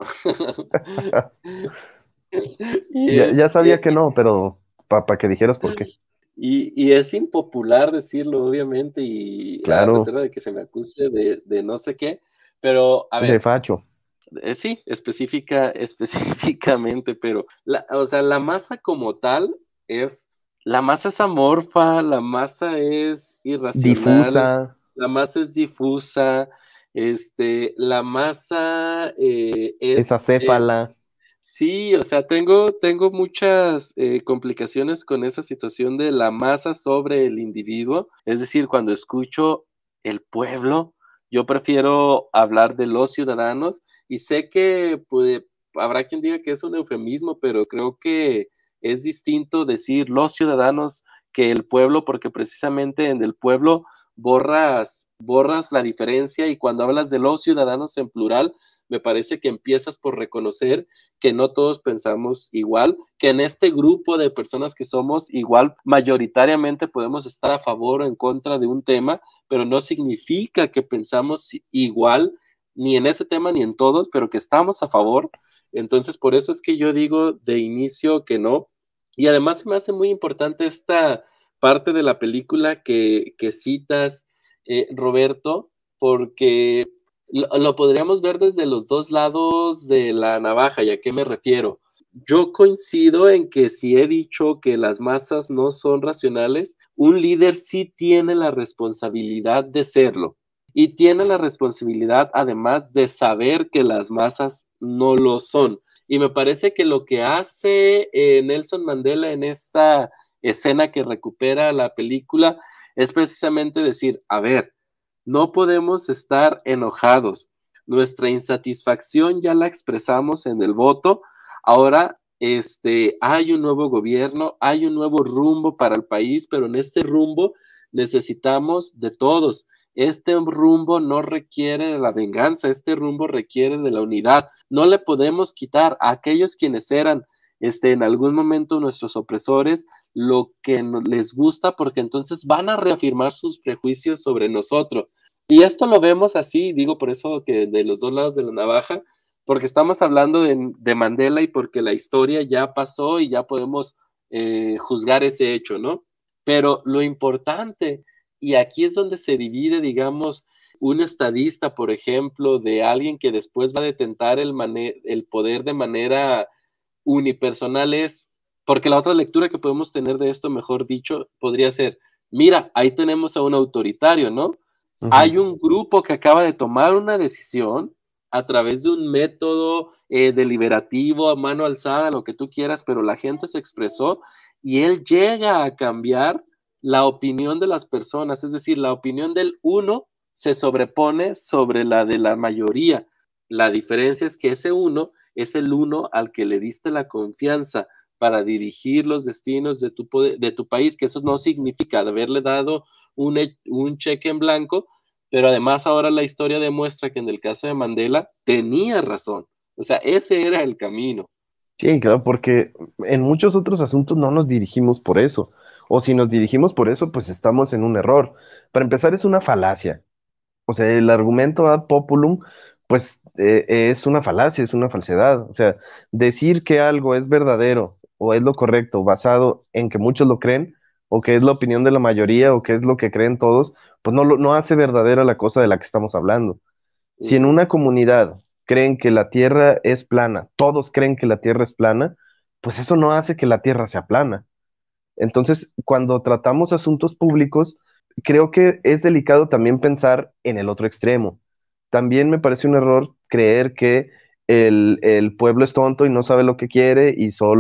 Y Ya, es, ya sabía eh, que no, pero para que dijeras por qué. y, y es impopular decirlo, obviamente, y a Claro, reserva de que se me acuse de, de no sé qué, pero a de ver, facho. eh, sí, específica, específicamente, pero, la, o sea, la masa como tal es, la masa es amorfa, la masa es irracional, Difusa, la masa es difusa, este, la masa eh, es es, eh, acéfala. sí, o sea, tengo, tengo muchas eh, complicaciones con esa situación de la masa sobre el individuo. Es decir, cuando escucho el pueblo, yo prefiero hablar de los ciudadanos y sé que pues, habrá quien diga que es un eufemismo, pero creo que es distinto decir los ciudadanos que el pueblo, porque precisamente en el pueblo borras, borras la diferencia y cuando hablas de los ciudadanos en plural, me parece que empiezas por reconocer que no todos pensamos igual, que en este grupo de personas que somos igual, mayoritariamente podemos estar a favor o en contra de un tema, pero no significa que pensamos igual ni en ese tema ni en todos, pero que estamos a favor. Entonces, por eso es que yo digo de inicio que no. Y además se me hace muy importante esta parte de la película que, que citas, eh, Roberto, porque lo, lo, podríamos ver desde los dos lados de la navaja. ¿Y a qué me refiero? Yo coincido en que si he dicho que las masas no son racionales, un líder sí tiene la responsabilidad de serlo y tiene la responsabilidad además de saber que las masas no lo son. Y me parece que lo que hace eh, Nelson Mandela en esta escena que recupera la película es precisamente decir, a ver, no podemos estar enojados. Nuestra insatisfacción ya la expresamos en el voto. Ahora este, hay un nuevo gobierno, hay un nuevo rumbo para el país, pero en este rumbo necesitamos de todos. Este rumbo no requiere de la venganza, este rumbo requiere de la unidad. No le podemos quitar a aquellos quienes eran este, en algún momento nuestros opresores lo que les gusta, porque entonces van a reafirmar sus prejuicios sobre nosotros. Y esto lo vemos así, digo por eso que de los dos lados de la navaja, porque estamos hablando de, de Mandela y porque la historia ya pasó y ya podemos eh, juzgar ese hecho, ¿no? Pero lo importante, y aquí es donde se divide, digamos, un estadista, por ejemplo, de alguien que después va a detentar el, el poder de manera unipersonal es, porque la otra lectura que podemos tener de esto, mejor dicho, podría ser, mira, ahí tenemos a un autoritario, ¿no? Uh -huh. Hay un grupo que acaba de tomar una decisión a través de un método eh, deliberativo, a mano alzada, lo que tú quieras, pero la gente se expresó y él llega a cambiar la opinión de las personas, es decir, la opinión del uno se sobrepone sobre la de la mayoría. La diferencia es que ese uno es el uno al que le diste la confianza para dirigir los destinos de tu, de tu país, que eso no significa haberle dado un, un cheque en blanco, pero además ahora la historia demuestra que en el caso de Mandela tenía razón, o sea, ese era el camino. Sí, claro, porque en muchos otros asuntos no nos dirigimos por eso, o si nos dirigimos por eso, pues estamos en un error. Para empezar, es una falacia. O sea, el argumento ad populum, pues eh, es una falacia, es una falsedad. O sea, decir que algo es verdadero o es lo correcto basado en que muchos lo creen, o que es la opinión de la mayoría, o que es lo que creen todos, pues no, lo- no hace verdadera la cosa de la que estamos hablando. Uh Si en -huh. una comunidad creen que la Tierra es plana, todos creen que la Tierra es plana, pues eso no hace que la Tierra sea plana. Entonces, cuando tratamos asuntos públicos, creo que es delicado también pensar en el otro extremo. También me parece un error creer que el, el pueblo es tonto y no sabe lo que quiere y solo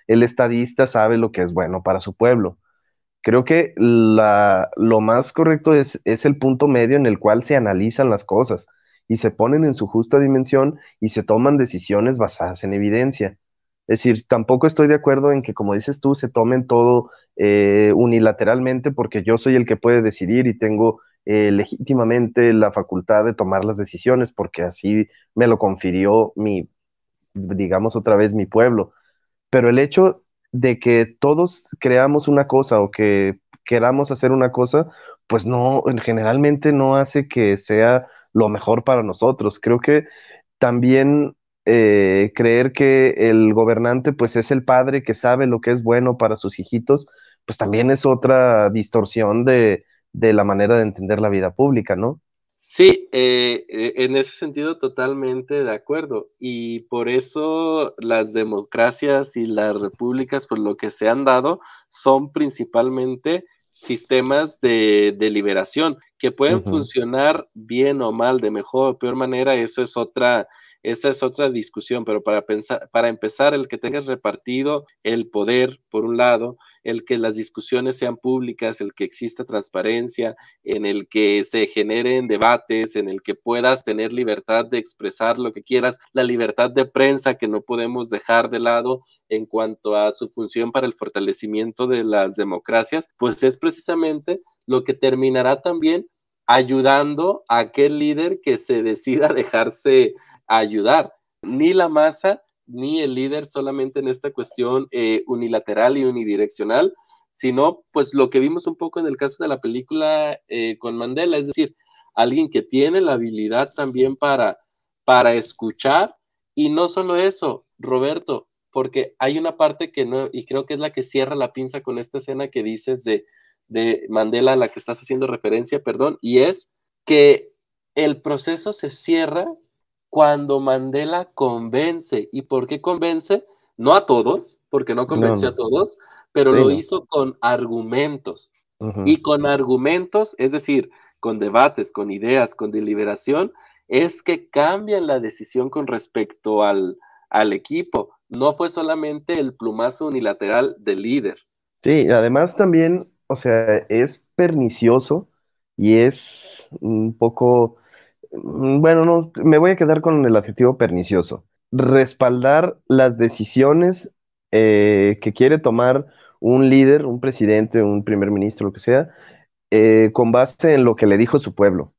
el estadista sabe lo que es bueno para su pueblo. Creo que la, lo más correcto es, es el punto medio en el cual se analizan las cosas y se ponen en su justa dimensión y se toman decisiones basadas en evidencia. Es decir, tampoco estoy de acuerdo en que, como dices tú, se tomen todo eh, unilateralmente porque yo soy el que puede decidir y tengo eh, legítimamente la facultad de tomar las decisiones porque así me lo confirió mi, digamos otra vez, mi pueblo. Pero el hecho de que todos creamos una cosa o que queramos hacer una cosa, pues no, generalmente no hace que sea lo mejor para nosotros. Creo que también eh, creer que el gobernante pues es el padre que sabe lo que es bueno para sus hijitos, pues también es otra distorsión de, de la manera de entender la vida pública, ¿no? Sí, eh, eh, en ese sentido totalmente de acuerdo. Y por eso las democracias y las repúblicas, pues lo que se han dado son principalmente sistemas de deliberación que pueden Ujú. funcionar bien o mal, de mejor o peor manera, eso es otra, esa es otra discusión, pero para pensar, para empezar, el que tengas repartido el poder, por un lado, el que las discusiones sean públicas, el que exista transparencia, en el que se generen debates, en el que puedas tener libertad de expresar lo que quieras, la libertad de prensa que no podemos dejar de lado en cuanto a su función para el fortalecimiento de las democracias, pues es precisamente lo que terminará también ayudando a aquel líder que se decida dejarse ayudar. Ni la masa ni el líder solamente en esta cuestión eh, unilateral y unidireccional, sino pues lo que vimos un poco en el caso de la película eh, con Mandela, es decir, alguien que tiene la habilidad también para, para escuchar y no solo eso, Roberto, porque hay una parte que no, y creo que es la que cierra la pinza con esta escena que dices de, de Mandela a la que estás haciendo referencia, perdón, y es que el proceso se cierra cuando Mandela convence. ¿Y por qué convence? No a todos, porque no No, convenció a no, todos, pero sí, lo no. hizo con argumentos. Ujú. Y con argumentos, es decir, con debates, con ideas, con deliberación, es que cambian la decisión con respecto al, al equipo. No fue solamente el plumazo unilateral del líder. Sí, además también, o sea, es pernicioso y es un poco, mm, bueno, no, me voy a quedar con el adjetivo pernicioso. Respaldar las decisiones eh, que quiere tomar un líder, un presidente, un primer ministro, lo que sea, eh, con base en lo que le dijo su pueblo,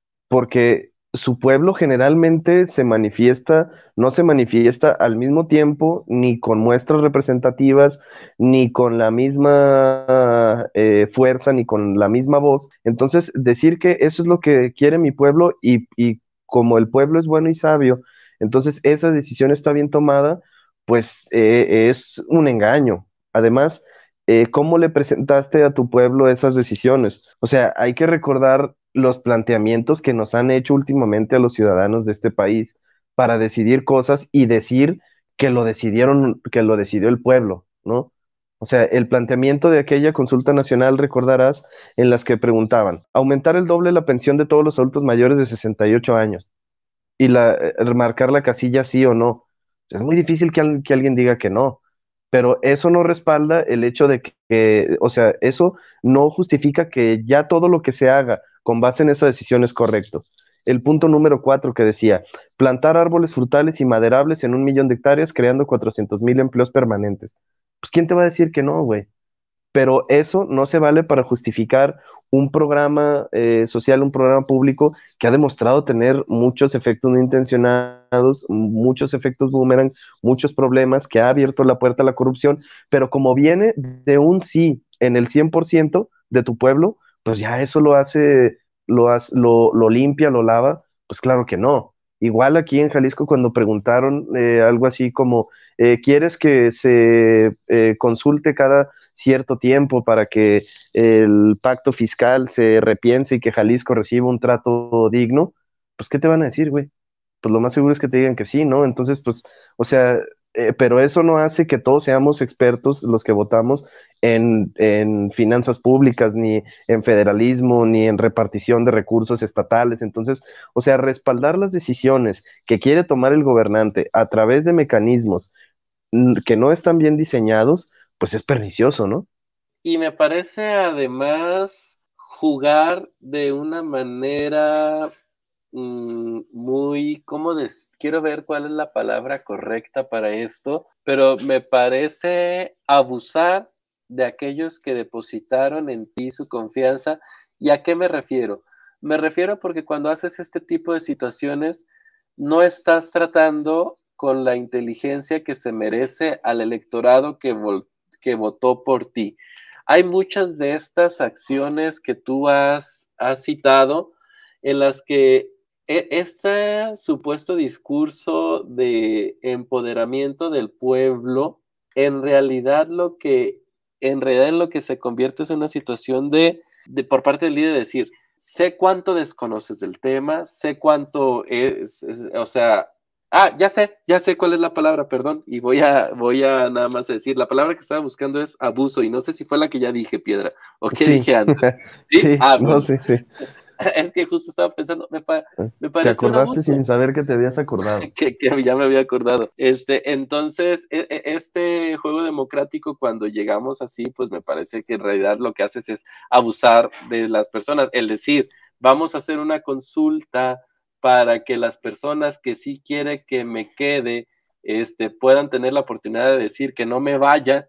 porque su pueblo generalmente se manifiesta, no se manifiesta al mismo tiempo, ni con muestras representativas, ni con la misma eh, fuerza, ni con la misma voz. Entonces, decir que eso es lo que quiere mi pueblo y, y como el pueblo es bueno y sabio, entonces esa decisión está bien tomada, pues eh, es un engaño. Además, eh, ¿cómo le presentaste a tu pueblo esas decisiones? O sea, hay que recordar los planteamientos que nos han hecho últimamente a los ciudadanos de este país para decidir cosas y decir que lo decidieron, que lo decidió el pueblo, ¿no? O sea, el planteamiento de aquella consulta nacional, recordarás, en las que preguntaban, aumentar el doble la pensión de todos los adultos mayores de sesenta y ocho años y la, eh, marcar la casilla sí o no. Es muy difícil que, al- que alguien diga que no, pero eso no respalda el hecho de que, que, o sea, eso no justifica que ya todo lo que se haga con base en esa decisión es correcto. El punto número cuatro que decía, plantar árboles frutales y maderables en un millón de hectáreas creando cuatrocientos mil empleos permanentes. Pues, ¿quién te va a decir que no, güey? Pero eso no se vale para justificar un programa eh, social, un programa público que ha demostrado tener muchos efectos no intencionados, muchos efectos boomerang, muchos problemas, que ha abierto la puerta a la corrupción, pero como viene de un sí en el cien por ciento de tu pueblo, pues ya eso lo hace, lo, hace, lo, lo limpia, lo lava, pues claro que no. Igual aquí en Jalisco cuando preguntaron eh, algo así como, eh, ¿quieres que se eh, consulte cada cierto tiempo para que el pacto fiscal se repiense y que Jalisco reciba un trato digno? Pues, ¿qué te van a decir, güey? Pues lo más seguro es que te digan que sí, ¿no? Entonces, pues, o sea, eh, pero eso no hace que todos seamos expertos los que votamos en, en finanzas públicas, ni en federalismo, ni en repartición de recursos estatales. Entonces, o sea, respaldar las decisiones que quiere tomar el gobernante a través de mecanismos que no están bien diseñados, pues es pernicioso, ¿no? Y me parece además jugar de una manera mmm, muy, ¿cómo des? Quiero ver cuál es la palabra correcta para esto, pero me parece abusar de aquellos que depositaron en ti su confianza. ¿Y a qué me refiero? Me refiero porque cuando haces este tipo de situaciones, no estás tratando con la inteligencia que se merece al electorado que, que votó por ti. Hay muchas de estas acciones que tú has, has citado en las que este supuesto discurso de empoderamiento del pueblo, en realidad lo que, en realidad en lo que se convierte es en una situación de, de por parte del líder decir, sé cuánto desconoces del tema, sé cuánto es, es, o sea, ah, ya sé, ya sé cuál es la palabra, perdón, y voy a, voy a nada más decir, la palabra que estaba buscando es abuso, y no sé si fue la que ya dije, Piedra, o qué Sí, dije antes. ¿Sí? sí, Ah, no bueno. sé, sí. Es que justo estaba pensando, me, pa me Te parece un acordaste abuso, sin saber que te habías acordado. que, que ya me había acordado. Este, entonces, e e este juego democrático, cuando llegamos así, pues me parece que en realidad lo que haces es abusar de las personas, el decir, vamos a hacer una consulta para que las personas que sí quieren que me quede, este, puedan tener la oportunidad de decir que no me vaya,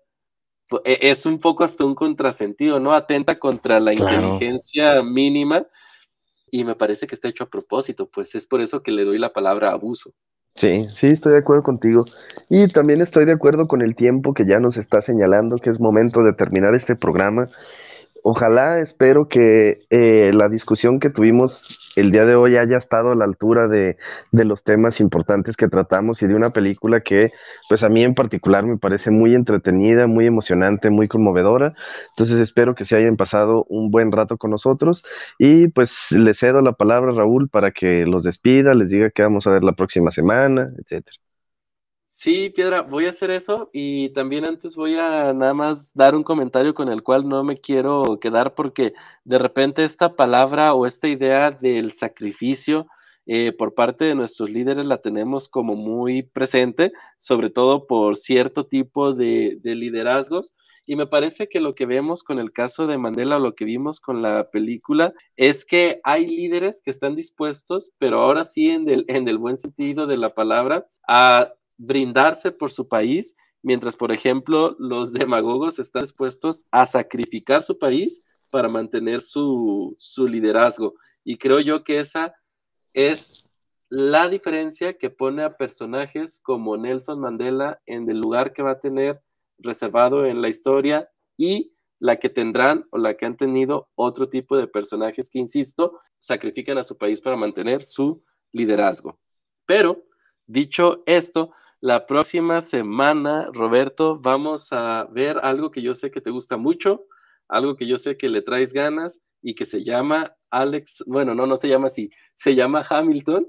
es un poco hasta un contrasentido, ¿no? Atenta contra la Claro. inteligencia mínima. Y me parece que está hecho a propósito, pues es por eso que le doy la palabra abuso. Sí, sí, estoy de acuerdo contigo. Y también estoy de acuerdo con el tiempo que ya nos está señalando que es momento de terminar este programa. Ojalá, espero que eh, la discusión que tuvimos el día de hoy haya estado a la altura de, de los temas importantes que tratamos y de una película que, pues a mí en particular me parece muy entretenida, muy emocionante, muy conmovedora. Entonces espero que se hayan pasado un buen rato con nosotros y pues le cedo la palabra a Raúl para que los despida, les diga que vamos a ver la próxima semana, etcétera. Sí, Piedra, voy a hacer eso y también antes voy a nada más dar un comentario con el cual no me quiero quedar porque de repente esta palabra o esta idea del sacrificio eh, por parte de nuestros líderes la tenemos como muy presente, sobre todo por cierto tipo de, de liderazgos. Y me parece que lo que vemos con el caso de Mandela o lo que vimos con la película es que hay líderes que están dispuestos, pero ahora sí en el, en el buen sentido de la palabra, a brindarse por su país, mientras, por ejemplo, los demagogos están dispuestos a sacrificar su país para mantener su, su liderazgo. Y creo yo que esa es la diferencia que pone a personajes como Nelson Mandela en el lugar que va a tener reservado en la historia y la que tendrán o la que han tenido otro tipo de personajes que, insisto, sacrifican a su país para mantener su liderazgo. Pero, dicho esto, la próxima semana, Roberto, vamos a ver algo que yo sé que te gusta mucho, algo que yo sé que le traes ganas y que se llama Alex, bueno, no, no se llama así, se llama Hamilton,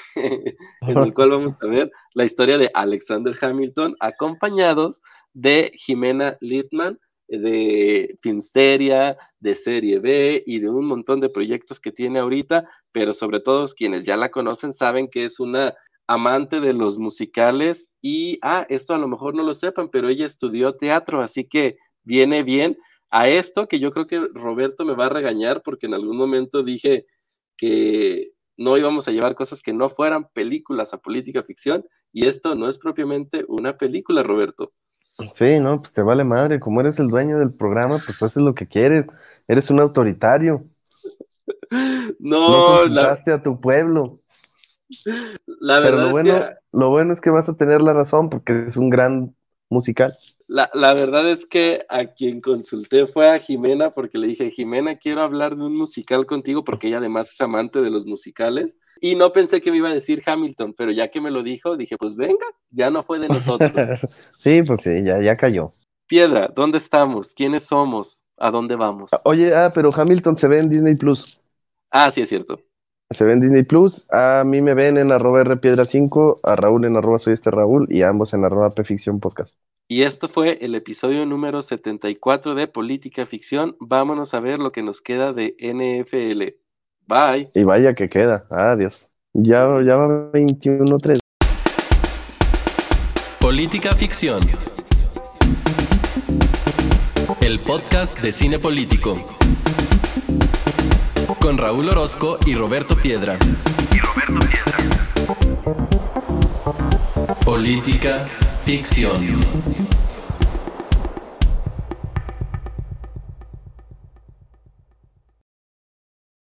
en el cual vamos a ver la historia de Alexander Hamilton, acompañados de Jimena Littman, de Finsteria, de Serie B y de un montón de proyectos que tiene ahorita, pero sobre todo quienes ya la conocen saben que es una amante de los musicales y, ah, esto a lo mejor no lo sepan, pero ella estudió teatro, así que viene bien a esto, que yo creo que Roberto me va a regañar porque en algún momento dije que no íbamos a llevar cosas que no fueran películas a política ficción, y esto no es propiamente una película, Roberto. Sí, no, pues te vale madre, como eres el dueño del programa, pues haces lo que quieres, eres un autoritario, no No, la, consultaste a tu pueblo. la Pero verdad lo es que bueno, lo bueno es que vas a tener la razón porque es un gran musical. La, la verdad es que a quien consulté fue a Jimena porque le dije, Jimena, quiero hablar de un musical contigo porque ella además es amante de los musicales. Y no pensé que me iba a decir Hamilton, pero ya que me lo dijo, dije, pues venga, ya no fue de nosotros. Sí, pues sí, ya, ya cayó. Piedra, ¿dónde estamos? ¿Quiénes somos? ¿A dónde vamos? Oye, ah, pero Hamilton se ve en Disney Plus. Ah, sí, es cierto. Se ve en Disney Plus. A mí me ven en arroba rpiedra cinco, a Raúl en arroba soy este Raúl y a ambos en arroba pficción podcast. Y esto fue el episodio número setenta y cuatro de Política Ficción. Vámonos a ver lo que nos queda de N F L. Bye. Y vaya que queda. Adiós. Ya, ya va veintiuno tres. Política Ficción. El podcast de cine político. Con Raúl Orozco y Roberto Piedra. Y Roberto Piedra. Política Ficción.